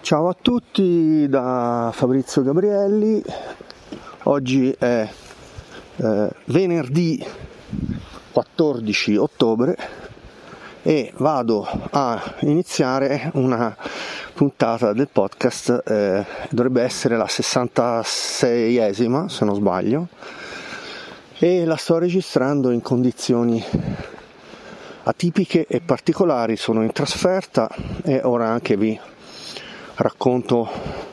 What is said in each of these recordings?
Ciao a tutti da Fabrizio Gabrielli. Oggi è venerdì 14 ottobre e vado a iniziare una puntata del podcast, dovrebbe essere la 66esima se non sbaglio, e la sto registrando in condizioni atipiche e particolari. Sono in trasferta e ora anche vi racconto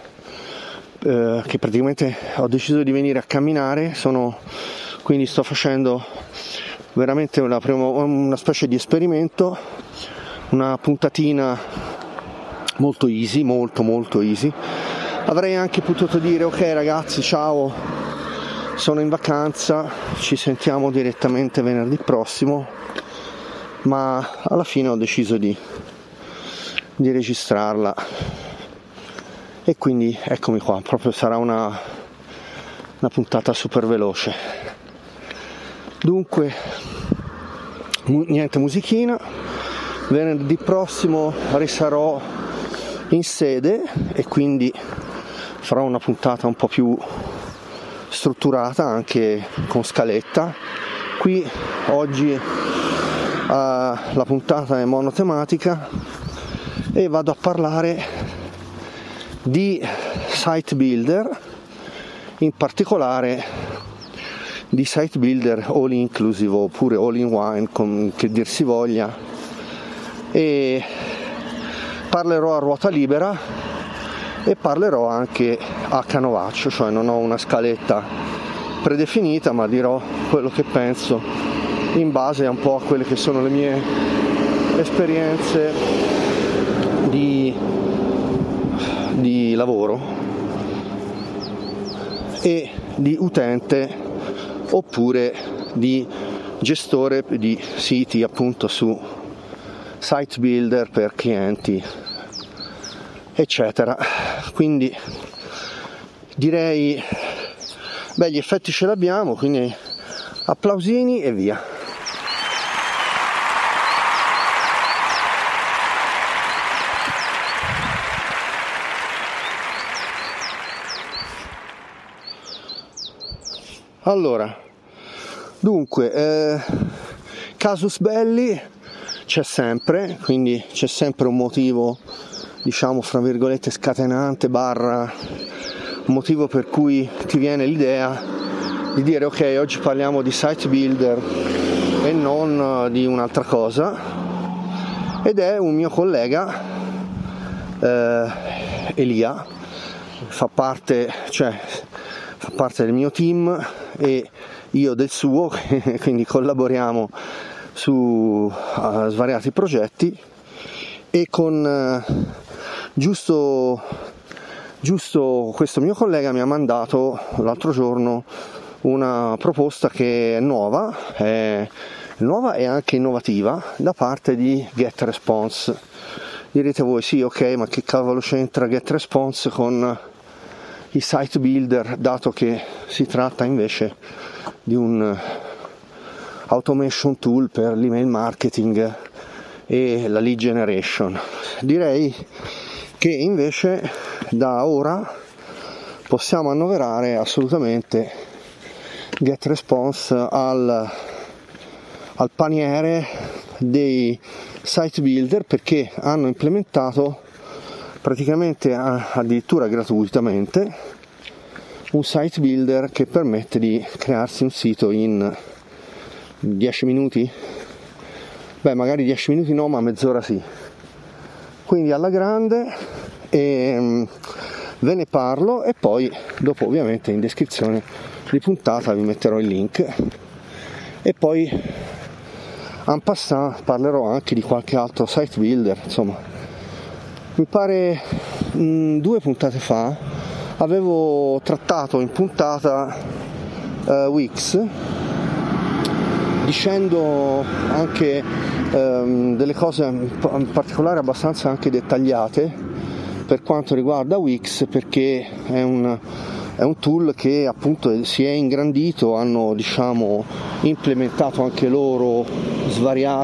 che praticamente ho deciso di venire a camminare, quindi sto facendo veramente una specie di esperimento, una puntatina molto easy, molto easy. Avrei anche potuto dire ok ragazzi, ciao, sono in vacanza, ci sentiamo direttamente venerdì prossimo, ma alla fine ho deciso di registrarla e quindi eccomi qua. Proprio sarà una puntata super veloce. Dunque niente musichina, venerdì prossimo risarò in sede e quindi farò una puntata un po' più strutturata, anche con scaletta. Qui oggi la puntata è monotematica e vado a parlare di site builder, in particolare di site builder all inclusive oppure all in one, che dir si voglia, e parlerò a ruota libera e parlerò anche a canovaccio, cioè non ho una scaletta predefinita, ma dirò quello che penso in base un po' a quelle che sono le mie esperienze di lavoro e di utente oppure di gestore di siti, appunto su site builder per clienti eccetera. Quindi direi gli effetti ce l'abbiamo, quindi applausini e via. Allora, dunque, casus belli c'è sempre, quindi c'è sempre un motivo, diciamo fra virgolette scatenante, un motivo per cui ti viene l'idea di dire ok, oggi parliamo di site builder e non di un'altra cosa, ed è un mio collega, Elia, fa parte del mio team e io del suo, quindi collaboriamo su svariati progetti, e con giusto questo mio collega mi ha mandato l'altro giorno una proposta che è nuova e anche innovativa da parte di GetResponse. Direte voi sì, ok, ma che cavolo c'entra GetResponse con i site builder, dato che si tratta invece di un automation tool per l'email marketing e la lead generation. Direi che invece da ora possiamo annoverare assolutamente GetResponse al paniere dei site builder, perché hanno implementato praticamente addirittura gratuitamente un site builder che permette di crearsi un sito in 10 minuti, magari 10 minuti no, ma mezz'ora sì, quindi alla grande, e ve ne parlo e poi dopo ovviamente in descrizione di puntata vi metterò il link, e poi en passant parlerò anche di qualche altro site builder. Insomma, mi pare 2 puntate fa avevo trattato in puntata Wix, dicendo anche delle cose in particolare abbastanza anche dettagliate per quanto riguarda Wix, perché è un tool che appunto si è ingrandito, hanno implementato anche loro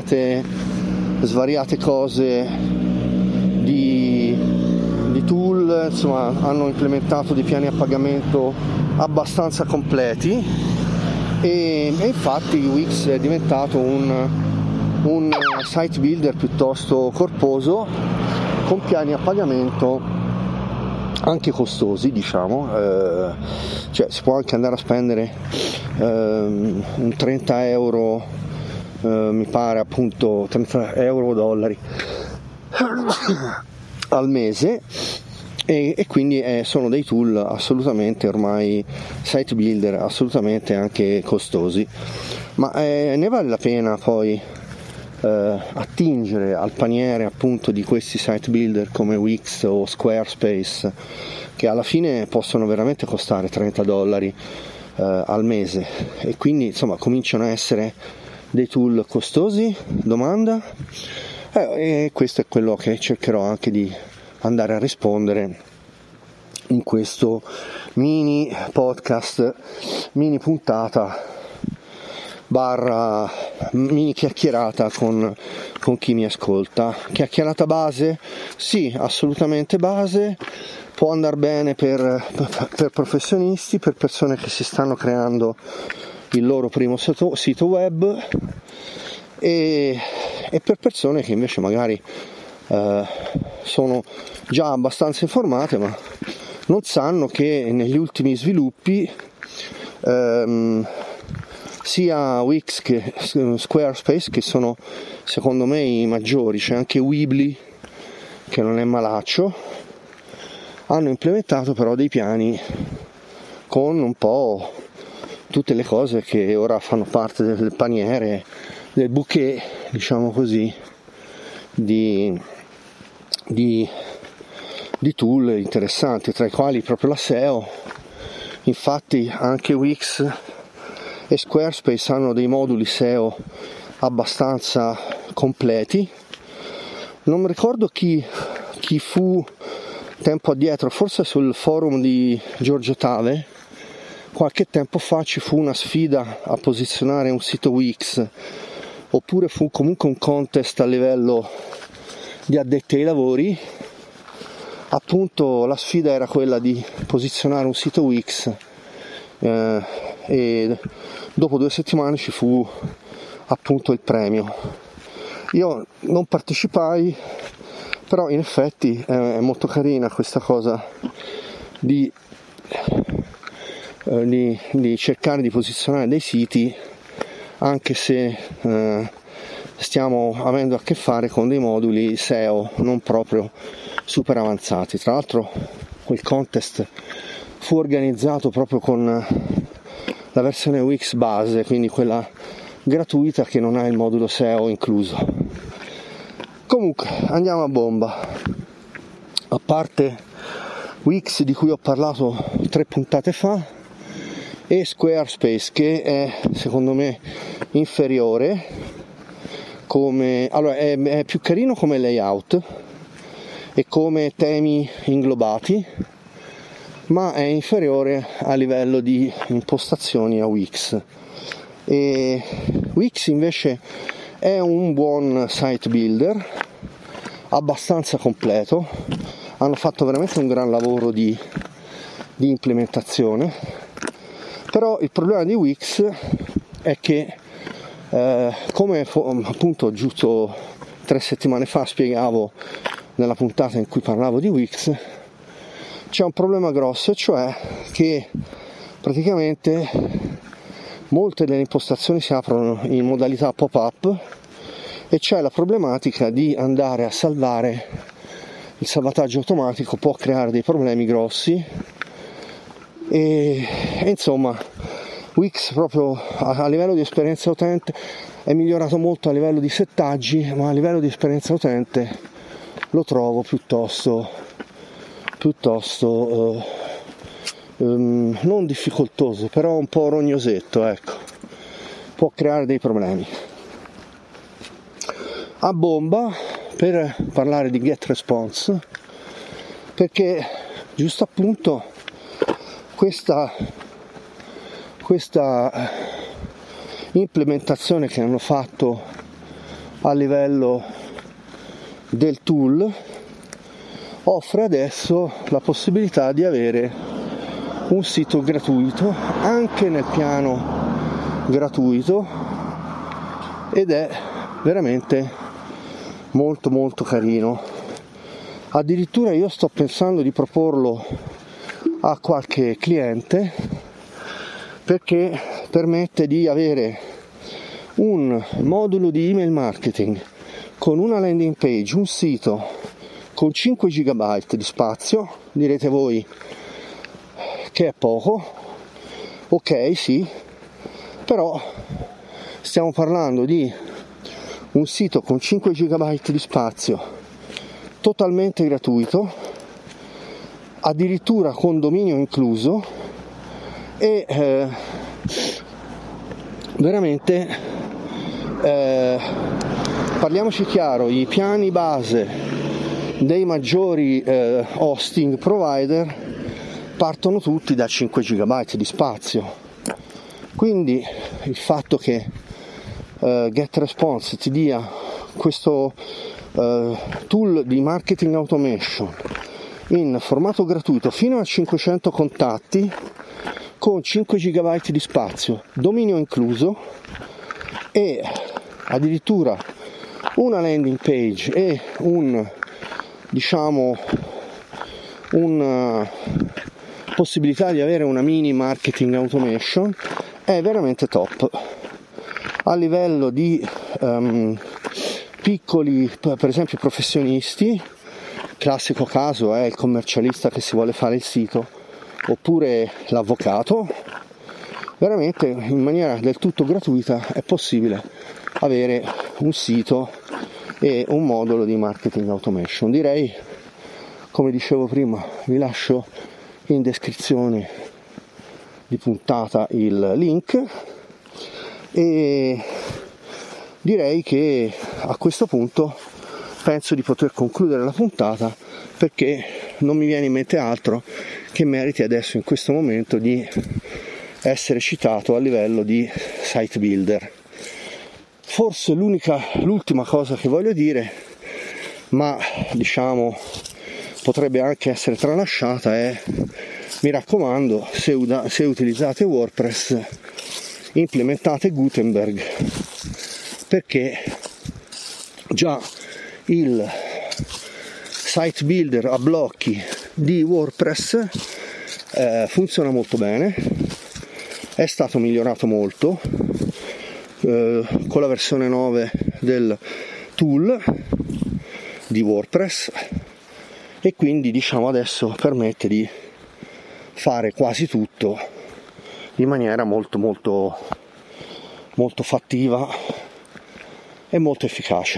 svariate cose di tool tool, insomma, hanno implementato dei piani a pagamento abbastanza completi e infatti Wix è diventato un site builder piuttosto corposo, con piani a pagamento anche costosi, diciamo, cioè si può anche andare a spendere un 30 euro, mi pare appunto 30 euro dollari al mese, e quindi sono dei tool assolutamente ormai site builder, assolutamente anche costosi, ma ne vale la pena poi attingere al paniere appunto di questi site builder come Wix o Squarespace, che alla fine possono veramente costare 30 dollari al mese, e quindi insomma cominciano a essere dei tool costosi? Domanda. E questo è quello che cercherò anche di andare a rispondere in questo mini podcast, mini puntata barra mini chiacchierata con chi mi ascolta. Chiacchierata base? Sì, assolutamente base. Può andare bene per professionisti, per persone che si stanno creando il loro primo sito web, e per persone che invece magari sono già abbastanza informate ma non sanno che negli ultimi sviluppi sia Wix che Squarespace, che sono secondo me i maggiori, c'è anche Weebly che non è malaccio, hanno implementato però dei piani con un po' tutte le cose che ora fanno parte del paniere, del bouquet, diciamo così, di tool interessanti, tra i quali proprio la SEO. Infatti anche Wix e Squarespace hanno dei moduli SEO abbastanza completi. Non mi ricordo chi fu tempo addietro, forse sul forum di Giorgio Tave, qualche tempo fa ci fu una sfida a posizionare un sito Wix, oppure fu comunque un contest a livello di addetti ai lavori. Appunto la sfida era quella di posizionare un sito Wix, e dopo 2 settimane ci fu appunto il premio. Io non partecipai, però in effetti è molto carina questa cosa di cercare di posizionare dei siti, anche se stiamo avendo a che fare con dei moduli SEO non proprio super avanzati. Tra l'altro quel contest fu organizzato proprio con la versione Wix base, quindi quella gratuita che non ha il modulo SEO incluso. Comunque andiamo a bomba. A parte Wix, di cui ho parlato 3 puntate fa, e Squarespace, che è secondo me inferiore come, allora è più carino come layout e come temi inglobati, ma è inferiore a livello di impostazioni a Wix. E Wix invece è un buon site builder, abbastanza completo, hanno fatto veramente un gran lavoro di implementazione. Però il problema di Wix è che come appunto giusto 3 settimane fa spiegavo nella puntata in cui parlavo di Wix, c'è un problema grosso, cioè che praticamente molte delle impostazioni si aprono in modalità pop-up e c'è la problematica di andare a salvare. Il salvataggio automatico può creare dei problemi grossi e insomma Wix proprio a livello di esperienza utente è migliorato molto a livello di settaggi, ma a livello di esperienza utente lo trovo piuttosto non difficoltoso, però un po' rognosetto, ecco, può creare dei problemi. A bomba per parlare di GetResponse, perché giusto appunto questa implementazione che hanno fatto a livello del tool offre adesso la possibilità di avere un sito gratuito anche nel piano gratuito, ed è veramente molto molto carino. Addirittura io sto pensando di proporlo a qualche cliente, perché permette di avere un modulo di email marketing con una landing page, un sito con 5 GB di spazio. Direte voi che è poco, ok, sì, però stiamo parlando di un sito con 5 GB di spazio totalmente gratuito, addirittura con dominio incluso, e veramente parliamoci chiaro, i piani base dei maggiori hosting provider partono tutti da 5 GB di spazio, quindi il fatto che GetResponse ti dia questo tool di marketing automation in formato gratuito fino a 500 contatti con 5 GB di spazio, dominio incluso, e addirittura una landing page e una possibilità di avere una mini marketing automation, è veramente top. A livello di piccoli, per esempio professionisti, classico caso è il commercialista che si vuole fare il sito, oppure l'avvocato, veramente in maniera del tutto gratuita è possibile avere un sito e un modulo di marketing automation. Direi, come dicevo prima, vi lascio in descrizione di puntata il link, e direi che a questo punto penso di poter concludere la puntata, perché non mi viene in mente altro che meriti adesso in questo momento di essere citato a livello di site builder. Forse l'ultima cosa che voglio dire, ma potrebbe anche essere tralasciata, è: mi raccomando, se utilizzate WordPress, implementate Gutenberg, perché già il site builder a blocchi di WordPress funziona molto bene, è stato migliorato molto con la versione 9 del tool di WordPress, e quindi adesso permette di fare quasi tutto in maniera molto molto molto fattiva e molto efficace.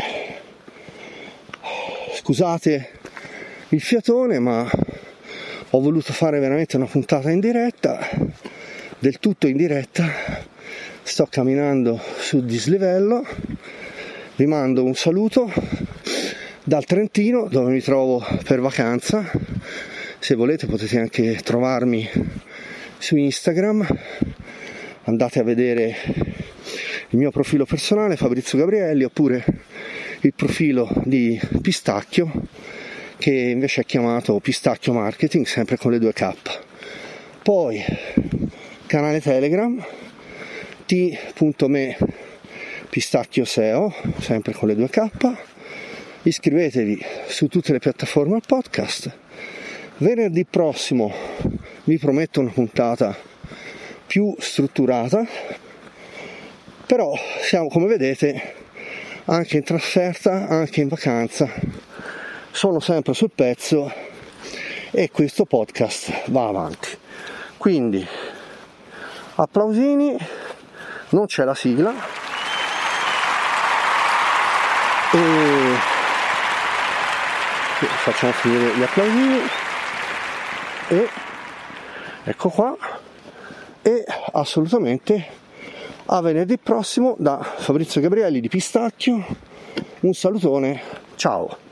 Scusate il fiatone, ma ho voluto fare veramente una puntata in diretta, del tutto in diretta. Sto camminando su dislivello. Vi mando un saluto dal Trentino, dove mi trovo per vacanza. Se volete potete anche trovarmi su Instagram, andate a vedere il mio profilo personale Fabrizio Gabrielli, oppure il profilo di Pistacchio, che invece è chiamato Pistacchio Marketing, sempre con le 2K. Poi canale Telegram t.me Pistacchio SEO, sempre con le 2K. Iscrivetevi su tutte le piattaforme al podcast. Venerdì prossimo vi prometto una puntata più strutturata, però siamo, come vedete, anche in trasferta, anche in vacanza, sono sempre sul pezzo e questo podcast va avanti. Quindi applausini, non c'è la sigla, e facciamo finire gli applausini, e ecco qua, e assolutamente a venerdì prossimo da Fabrizio Gabrielli di Pistacchio. Un salutone, ciao.